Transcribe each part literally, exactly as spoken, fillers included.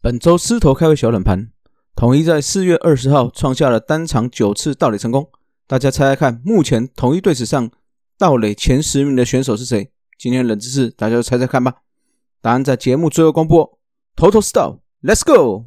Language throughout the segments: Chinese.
本周狮头开胃小冷盘，统一在四月二十号创下了单场九次盗垒成功。大家猜猜看，目前统一队史上盗垒前十名的选手是谁？今天冷知识，大家就猜猜看吧。答案在节目最后公布哦。Total Stop Let's Go。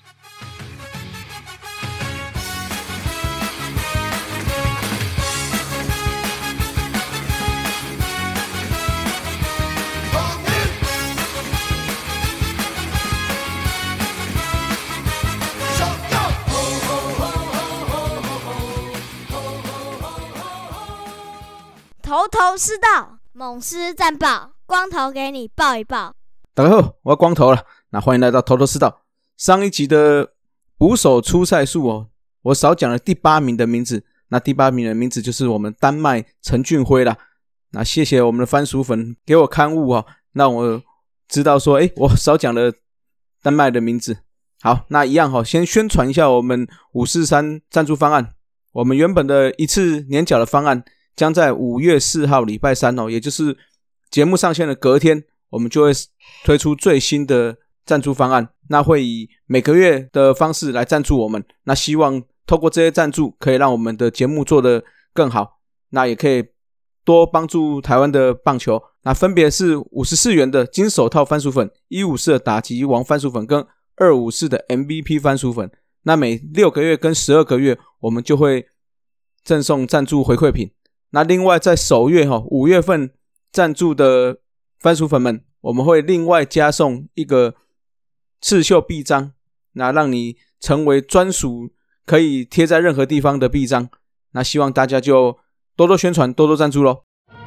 头头是道，猛狮战报，光头给你报一报。 大家好，我要光头了。那欢迎来到头头是道。上一集的捕手出赛数哦，我少讲了第八名的名字。那第八名的名字就是我们丹麦陈俊辉啦。那谢谢我们的番薯粉给我刊物哦，让我知道说，诶，我少讲了丹麦的名字。好，那一样哦，先宣传一下我们五四三赞助方案。我们原本的一次年缴的方案将在五月四号礼拜三哦，也就是节目上线的隔天，我们就会推出最新的赞助方案。那会以每个月的方式来赞助我们，那希望透过这些赞助可以让我们的节目做得更好，那也可以多帮助台湾的棒球。那分别是五十四元的金手套番薯粉，一百五十四的打击王番薯粉跟二百五十四的 M V P 番薯粉。那每六个月跟十二个月我们就会赠送赞助回馈品。那另外在首月齁五月份赞助的番薯粉们，我们会另外加送一个刺绣臂章，那让你成为专属可以贴在任何地方的臂章。那希望大家就多多宣传，多多赞助咯。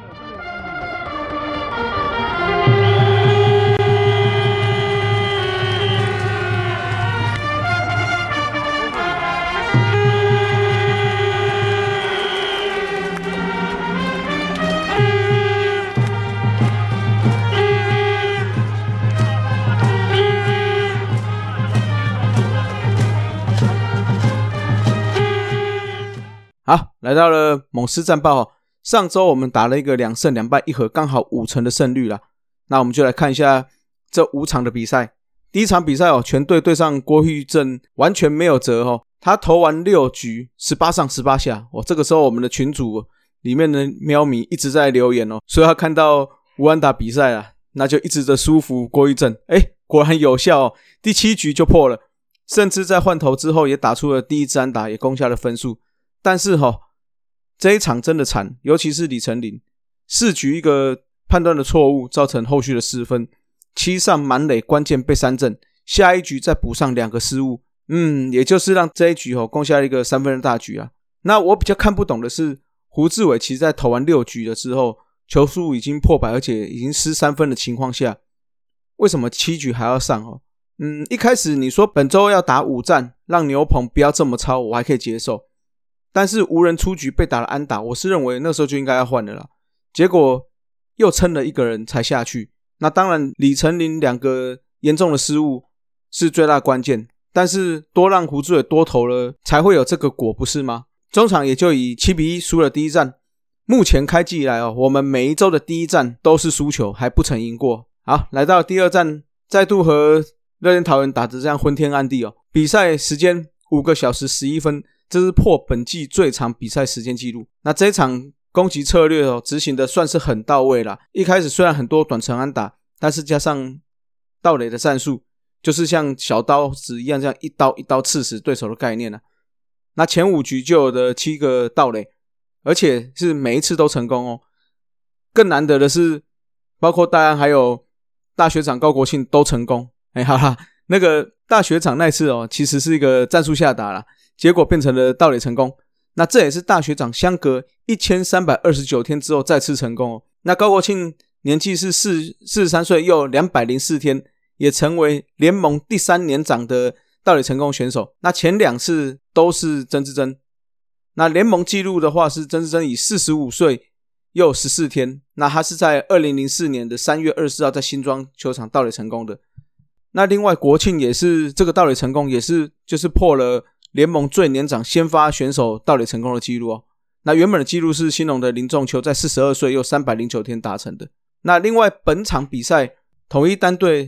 好，来到了猛狮战报哦。上周我们打了一个两胜两败一和，刚好五成的胜率啦。那我们就来看一下这五场的比赛。第一场比赛哦，全队对上郭玉正完全没有辙哦。他投完六局十八上十八下。哦，这个时候我们的群组里面的喵迷一直在留言哦，所以他看到吴安打比赛啊，那就一直的舒服郭玉正。诶，果然有效哦，第七局就破了，甚至在换投之后也打出了第一支安打，也攻下了分数。但是齁，这一场真的惨，尤其是李成林，四局一个判断的错误造成后续的失分，七上满垒关键被三振，下一局再补上两个失误，嗯，也就是让这一局齁攻下一个三分的大局啊。那我比较看不懂的是，胡志伟其实在投完六局的时候，球数已经破百，而且已经失三分的情况下，为什么七局还要上齁？嗯，一开始你说本周要打五战，让牛棚不要这么超，我还可以接受。但是无人出局被打了安打，我是认为那时候就应该要换了啦。结果又撑了一个人才下去。那当然李成林两个严重的失误是最大关键，但是多让胡志伟多投了才会有这个果，不是吗？中场也就以七比一输了第一战。目前开季以来哦，我们每一周的第一战都是输球，还不曾赢过。好，来到第二战，再度和乐天桃园打得这样昏天暗地哦。比赛时间五个小时十一分。这是破本季最长比赛时间纪录。那这一场攻击策略哦，执行的算是很到位啦。一开始虽然很多短程安打，但是加上盗垒的战术，就是像小刀子一样这样一刀一刀刺死对手的概念啦。那前五局就有的七个盗垒，而且是每一次都成功哦。更难得的是，包括戴安还有大学长高国庆都成功。哎，好啦，那个大学长那次哦，其实是一个战术下打啦。结果变成了盗垒成功，那这也是大学长相隔一千三百二十九天之后再次成功哦。那高国庆年纪是四十三岁又两百零四天，也成为联盟第三年长的盗垒成功选手。那前两次都是曾智珍，那联盟纪录的话是曾智珍以四十五岁又十四天，那他是在二零零四年的三月二十四号在新庄球场盗垒成功的。那另外国庆也是这个盗垒成功，也是就是破了联盟最年长先发选手盗垒成功的纪录哦。那原本的纪录是兴农的林仲秋在四十二岁又三百零九天达成的。那另外本场比赛统一单队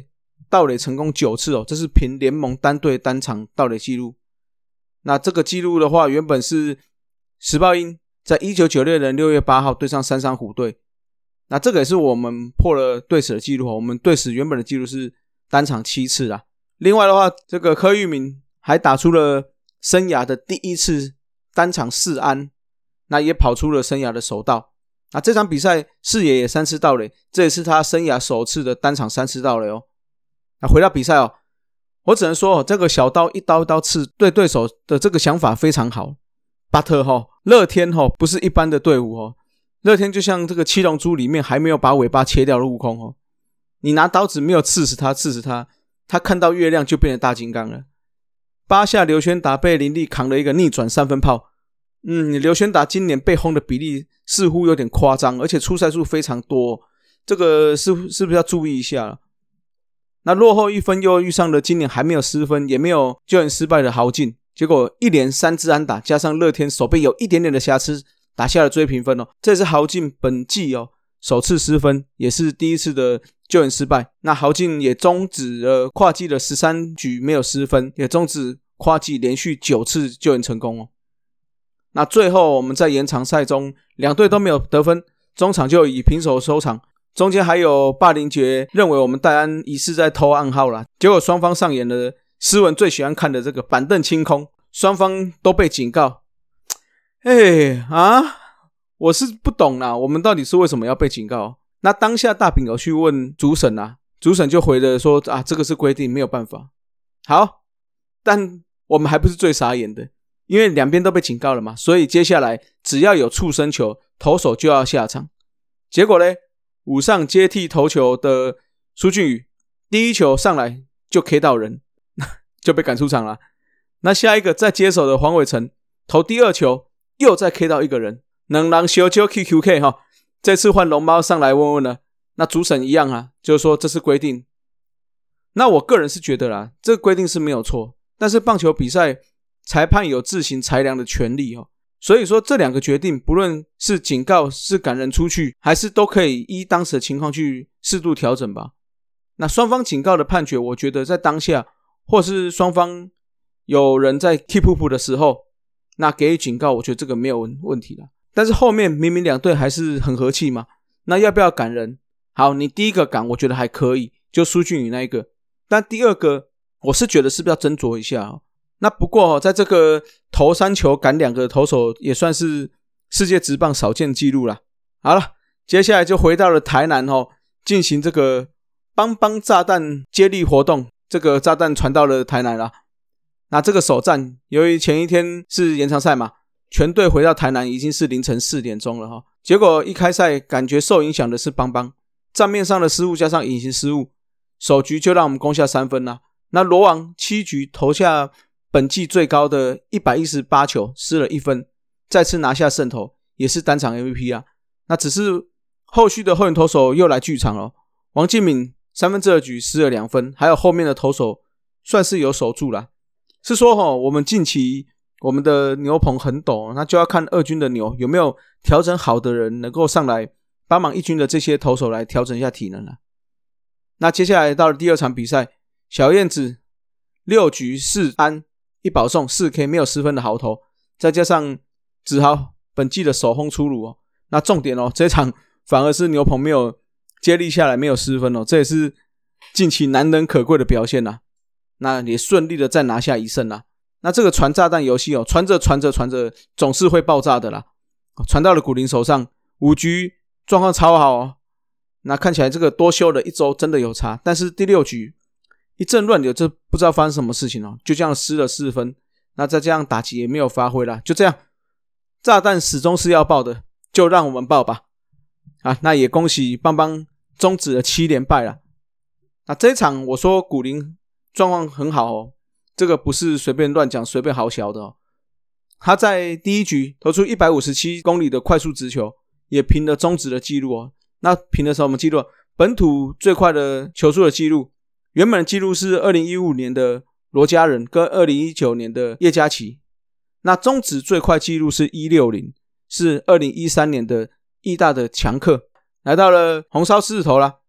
盗垒成功九次哦，这是平联盟单队单场盗垒纪录。那这个纪录的话，原本是时报鹰在一九九六年六月八号对上三商虎队，那这个也是我们破了队史的纪录，我们队史原本的纪录是单场七次啦。另外的话，这个柯玉明还打出了生涯的第一次单场四安，那也跑出了生涯的首盗。那这场比赛四野也三次盗垒，这也是他生涯首次的单场三次盗垒哦。那回到比赛哦，我只能说哦，这个小刀一刀一刀刺对对手的这个想法非常好。But 哦，乐天哦不是一般的队伍哦，乐天就像这个七龙珠里面还没有把尾巴切掉的悟空哦，你拿刀子没有刺死他，刺死他，他看到月亮就变成大金刚了。八下刘轩达被林立扛了一个逆转三分炮，嗯，刘轩达今年被轰的比例似乎有点夸张，而且出赛数非常多，这个是是不是要注意一下了？那落后一分又遇上了今年还没有失分也没有救援失败的豪进，结果一连三支安打，加上乐天手背有一点点的瑕疵，打下了追平分哦。这也是豪进本季哦首次失分，也是第一次的救援失败。那豪进也终止了跨季的十三局没有失分，也终止跨季连续九次救援成功哦。那最后我们在延长赛中两队都没有得分，中场就以平手收场。中间还有霸凌杰认为我们戴安疑似在偷暗号啦，结果双方上演了斯文最喜欢看的这个板凳清空，双方都被警告。哎啊，我是不懂啦，我们到底是为什么要被警告？那当下大饼有去问主审啦，主审就回了说啊，这个是规定，没有办法。好，但我们还不是最傻眼的，因为两边都被警告了嘛，所以接下来只要有触身球，投手就要下场。结果呢，五上接替投球的苏俊宇第一球上来就 K 到人，就被赶出场了。那下一个再接手的黄伟成投第二球又再 K 到一个人，两人小小 Q Q K 哈，这次换龙猫上来问问了，那主审一样啊，就是说这是规定。那我个人是觉得啦，这个规定是没有错，但是棒球比赛裁判有自行裁量的权利哦。所以说这两个决定不论是警告是赶人出去，还是都可以依当时的情况去适度调整吧。那双方警告的判决，我觉得在当下或是双方有人在 keep up 的时候，那给予警告，我觉得这个没有问题啦。但是后面明明两队还是很和气嘛，那要不要赶人？好，你第一个赶我觉得还可以，就苏俊宇那一个，但第二个我是觉得是不是要斟酌一下哦。那不过、哦、在这个投三球赶两个投手也算是世界职棒少见纪录啦。好了，接下来就回到了台南哦，进行这个邦邦炸弹接力活动，这个炸弹传到了台南啦。那这个首战由于前一天是延长赛嘛，全队回到台南已经是凌晨四点钟了哈。结果一开赛感觉受影响的是邦邦，账面上的失误加上隐形失误，首局就让我们攻下三分啦。那罗王七局投下本季最高的一百一十八球，失了一分，再次拿下胜投，也是单场 M V P 啊。那只是后续的后援投手又来剧场了，王敬敏三分之二局失了两分，还有后面的投手算是有守住啦。是说齁，我们近期我们的牛棚很陡，那就要看二军的牛有没有调整好的人能够上来帮忙一军的这些投手来调整一下体能啦。那接下来到了第二场比赛，小燕子六局四安一保送 四 K 没有失分的好投，再加上子豪本季的首轰出炉哦。那重点哦，这场反而是牛棚没有接力下来没有失分哦，这也是近期难能可贵的表现啦。那也顺利的再拿下一胜啦。那这个传炸弹游戏哦，传着传着传着总是会爆炸的啦。传到了古林手上，五局状况超好哦。那看起来这个多休了一周真的有差，但是第六局一阵乱流，这不知道发生什么事情哦，就这样失了四分。那再这样打击也没有发挥啦，就这样，炸弹始终是要爆的，就让我们爆吧。啊，那也恭喜邦邦终止了七连败啦。那这一场我说古林状况很好哦，这个不是随便乱讲随便豪小的哦。他在第一局投出一百五十七公里的快速直球，也平了中职的记录哦。那平的时候我们记录本土最快的球速的记录，原本的记录是二零一五年的罗家人跟二零一九年的叶嘉琪。那中职最快记录是一百六十，是二零一三年的义大的强克。来到了红烧狮子头啦。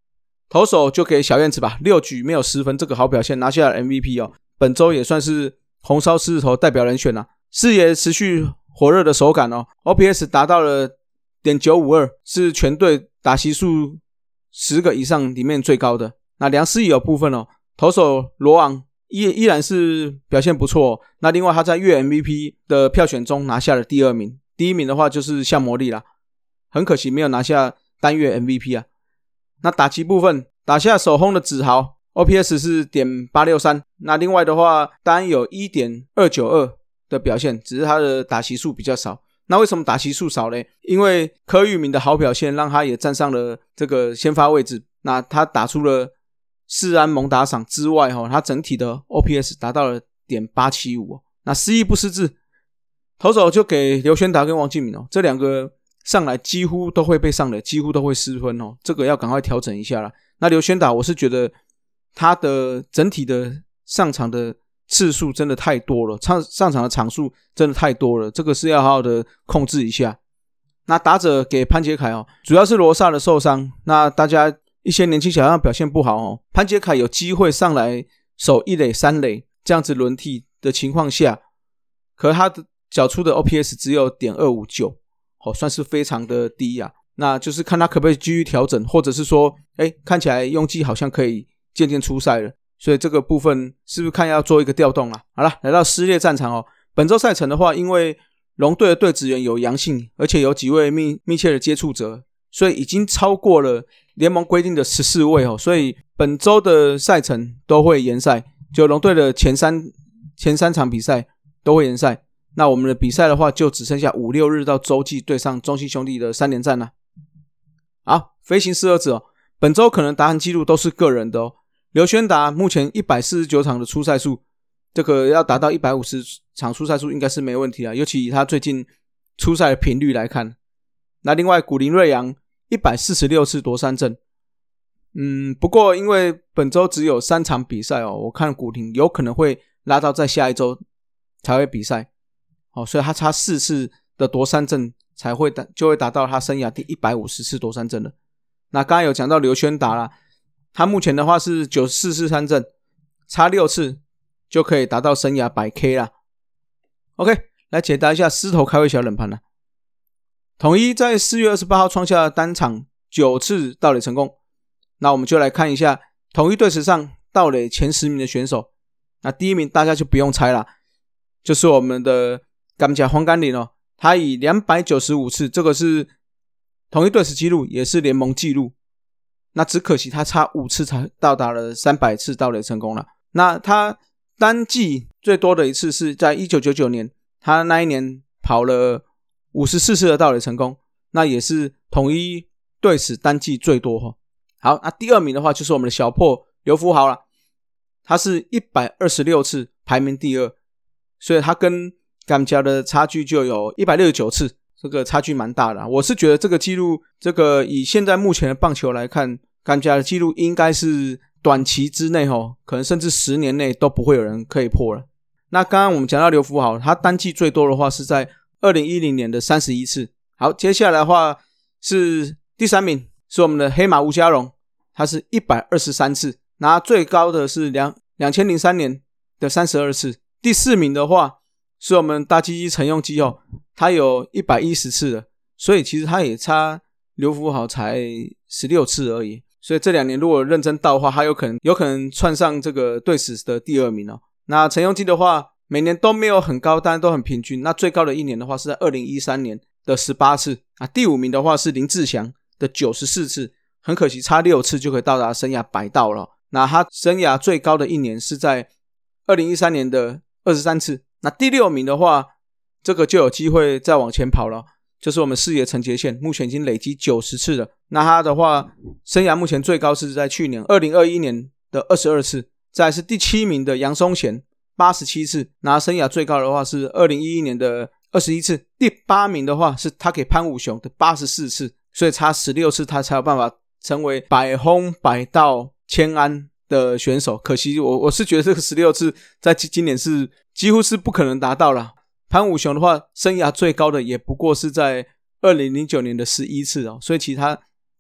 投手就给小燕子吧，六局没有失分，这个好表现拿下了 M V P 哦。本周也算是红烧狮子头代表人选啊。四爷持续火热的手感哦 ，O P S 达到了 点九五二， 是全队打席数十个以上里面最高的。那梁思怡有部分哦，投手罗昂依依然是表现不错哦。那另外他在月 M V P 的票选中拿下了第二名，第一名的话就是向魔力啦，很可惜没有拿下单月 M V P 啊。那打击部分，打下首轰的子豪 O P S 是 点八六三， 那另外的话单有 一点二九二 的表现，只是他的打席数比较少。那为什么打席数少呢？因为柯玉明的好表现让他也站上了这个先发位置，那他打出了世安猛打赏之外，他整体的 O P S 达到了 点八七五， 那失意不失智，投手就给刘轩达跟王敬敏哦，这两个上来几乎都会被上垒，几乎都会失分哦，这个要赶快调整一下啦。那刘轩达我是觉得他的整体的上场的次数真的太多了，上上场的场数真的太多了，这个是要好好的控制一下。那打者给潘杰凯哦，主要是罗萨的受伤，那大家一些年轻小将表现不好哦，潘杰凯有机会上来守一垒三垒这样子轮替的情况下，可他的缴出的 O P S 只有 点二五九， 哦，算是非常的低啊。那就是看他可不可以继续调整，或者是说诶看起来用季好像可以渐渐出赛了，所以这个部分是不是看要做一个调动啦？好了，来到撕裂战场哦，本周赛程的话，因为龙队的队职员有阳性，而且有几位密密切的接触者，所以已经超过了联盟规定的十四位哦，所以本周的赛程都会延赛，就龙队的前三前三场比赛都会延赛。那我们的比赛的话，就只剩下五六日到洲际对上中信兄弟的三连战了。好，飞行四儿子哦，本周可能达成纪录都是个人的哦。刘轩达目前一百四十九场的出赛数，这个要达到一百五十场出赛数应该是没问题啊，尤其以他最近出赛的频率来看。那另外古林瑞阳一百四十六次夺三振，嗯，不过因为本周只有三场比赛哦，我看古林有可能会拉到在下一周才会比赛，哦，所以他差四次的夺三振才会达就会达到他生涯第一百五十次夺三振了。那刚才有讲到刘轩达啦，他目前的话是九十四次三振，差六次就可以达到生涯 百 K 啦。OK， 来解答一下狮头开胃小冷盘啦。统一在四月二十八号创下单场九次盗垒成功，那我们就来看一下统一队史上盗垒前十名的选手。那第一名大家就不用猜啦，就是我们的甘甲黄甘霖哦，他以两百九十五次，这个是统一队史纪录，也是联盟纪录。那只可惜他差五次才到达了三百次盗垒成功了。那他单季最多的一次是在一九九九年，他那一年跑了五十四次的盗垒成功，那也是统一队史单季最多哦。好，那第二名的话就是我们的小破刘福豪了，他是一百二十六次排名第二，所以他跟甘家的差距就有一百六十九次，这个差距蛮大的啊。我是觉得这个记录，这个以现在目前的棒球来看，甘家的记录应该是短期之内齁，可能甚至十年内都不会有人可以破了。那刚刚我们讲到刘福豪，他单季最多的话是在二零一零年的三十一次。好，接下来的话是第三名，是我们的黑马吴家荣，他是一百二十三次，拿最高的是两千零三年的三十二次。第四名的话是我们大鸡鸡陈用基哦，他有一百一十次了，所以其实他也差刘福豪才十六次而已。所以这两年如果认真到的话，他有可能有可能窜上这个队史的第二名哦。那陈用基的话每年都没有很高，但都很平均，那最高的一年的话是在二零一三年的十八次啊。第五名的话是林志祥的九十四次，很可惜差六次就可以到达生涯百盗了。那他生涯最高的一年是在二零一三年的二十三次。那第六名的话，这个就有机会再往前跑了，就是我们四爷陈杰宪，目前已经累积九十次了。那他的话生涯目前最高是在去年二零二一年的二十二次。再来是第七名的杨松贤八十七次，那生涯最高的话是二零一一年的二十一次。第八名的话是他给潘武雄的八十四次，所以差十六次他才有办法成为百轰百盗千安的选手。可惜我我是觉得这个十六次在今年是几乎是不可能达到啦。潘武雄的话生涯最高的也不过是在二零零九年的十一次哦，所以其他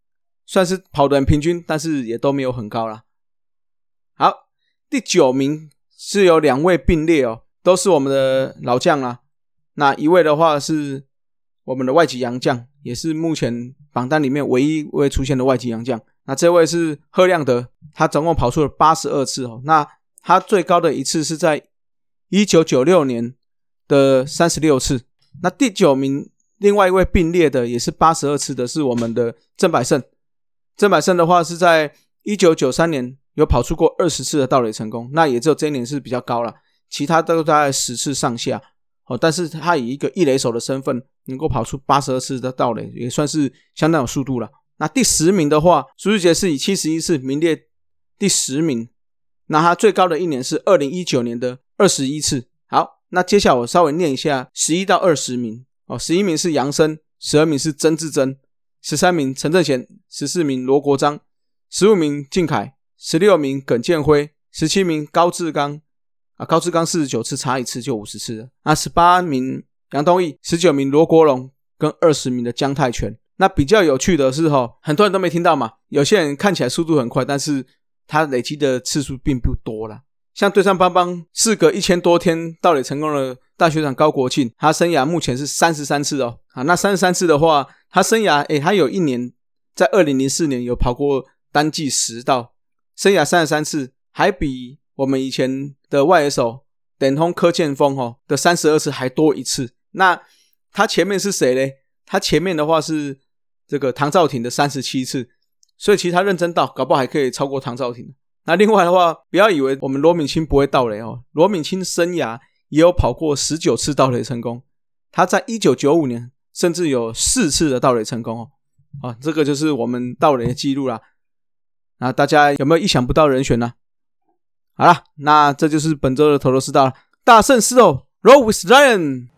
算是跑得很平均，但是也都没有很高啦。好，第九名是有两位并列哦，都是我们的老将啦。那一位的话是我们的外籍洋将，也是目前榜单里面唯一会出现的外籍洋将。那这位是赫亮德，他总共跑出了八十二次哦。那他最高的一次是在一九九六年的三十六次。那第九名另外一位并列的也是八十二次的是我们的郑百胜。郑百胜的话是在一九九三年有跑出过二十次的盗垒成功，那也只有这一年是比较高啦，其他都大概十次上下。哦，但是他以一个一垒手的身份能够跑出八十二次的盗垒，也算是相当有速度了。那第十名的话，苏智杰是以七十一次名列第十名，那他最高的一年是二零一九年的二十一次。好，那接下来我稍微念一下十一到二十名哦，十一名是杨森，十二名是曾智珍，十三名陈正贤，十四名罗国璋，十五名靖凯，十六名耿建辉，十七名高志刚啊，高志刚四十九次，差一次就五十次了。那十八名杨东义，十九名罗国龙跟二十名的江泰拳。那比较有趣的是齁，很多人都没听到嘛，有些人看起来速度很快，但是他累积的次数并不多啦。像对上邦邦事隔一千多天盗垒成功的大学长高国庆，他生涯目前是三十三次哦。啊，那三十三次的话，他生涯诶他有一年在二零零四年有跑过单季十盗，生涯三十三次，还比我们以前的外野手等通柯建锋哦的三十二次还多一次。那他前面是谁咧？他前面的话是这个唐兆廷的三十七次，所以其实他认真盗搞不好还可以超过唐兆廷。那另外的话，不要以为我们罗敏清不会盗垒哦，罗敏清生涯也有跑过十九次盗垒成功，他在一九九五年甚至有四次的盗垒成功哦。啊，这个就是我们盗垒的记录啦。那大家有没有意想不到人选呢？好啦，那这就是本周的头头是道了。大胜狮吼 Roll with Lion。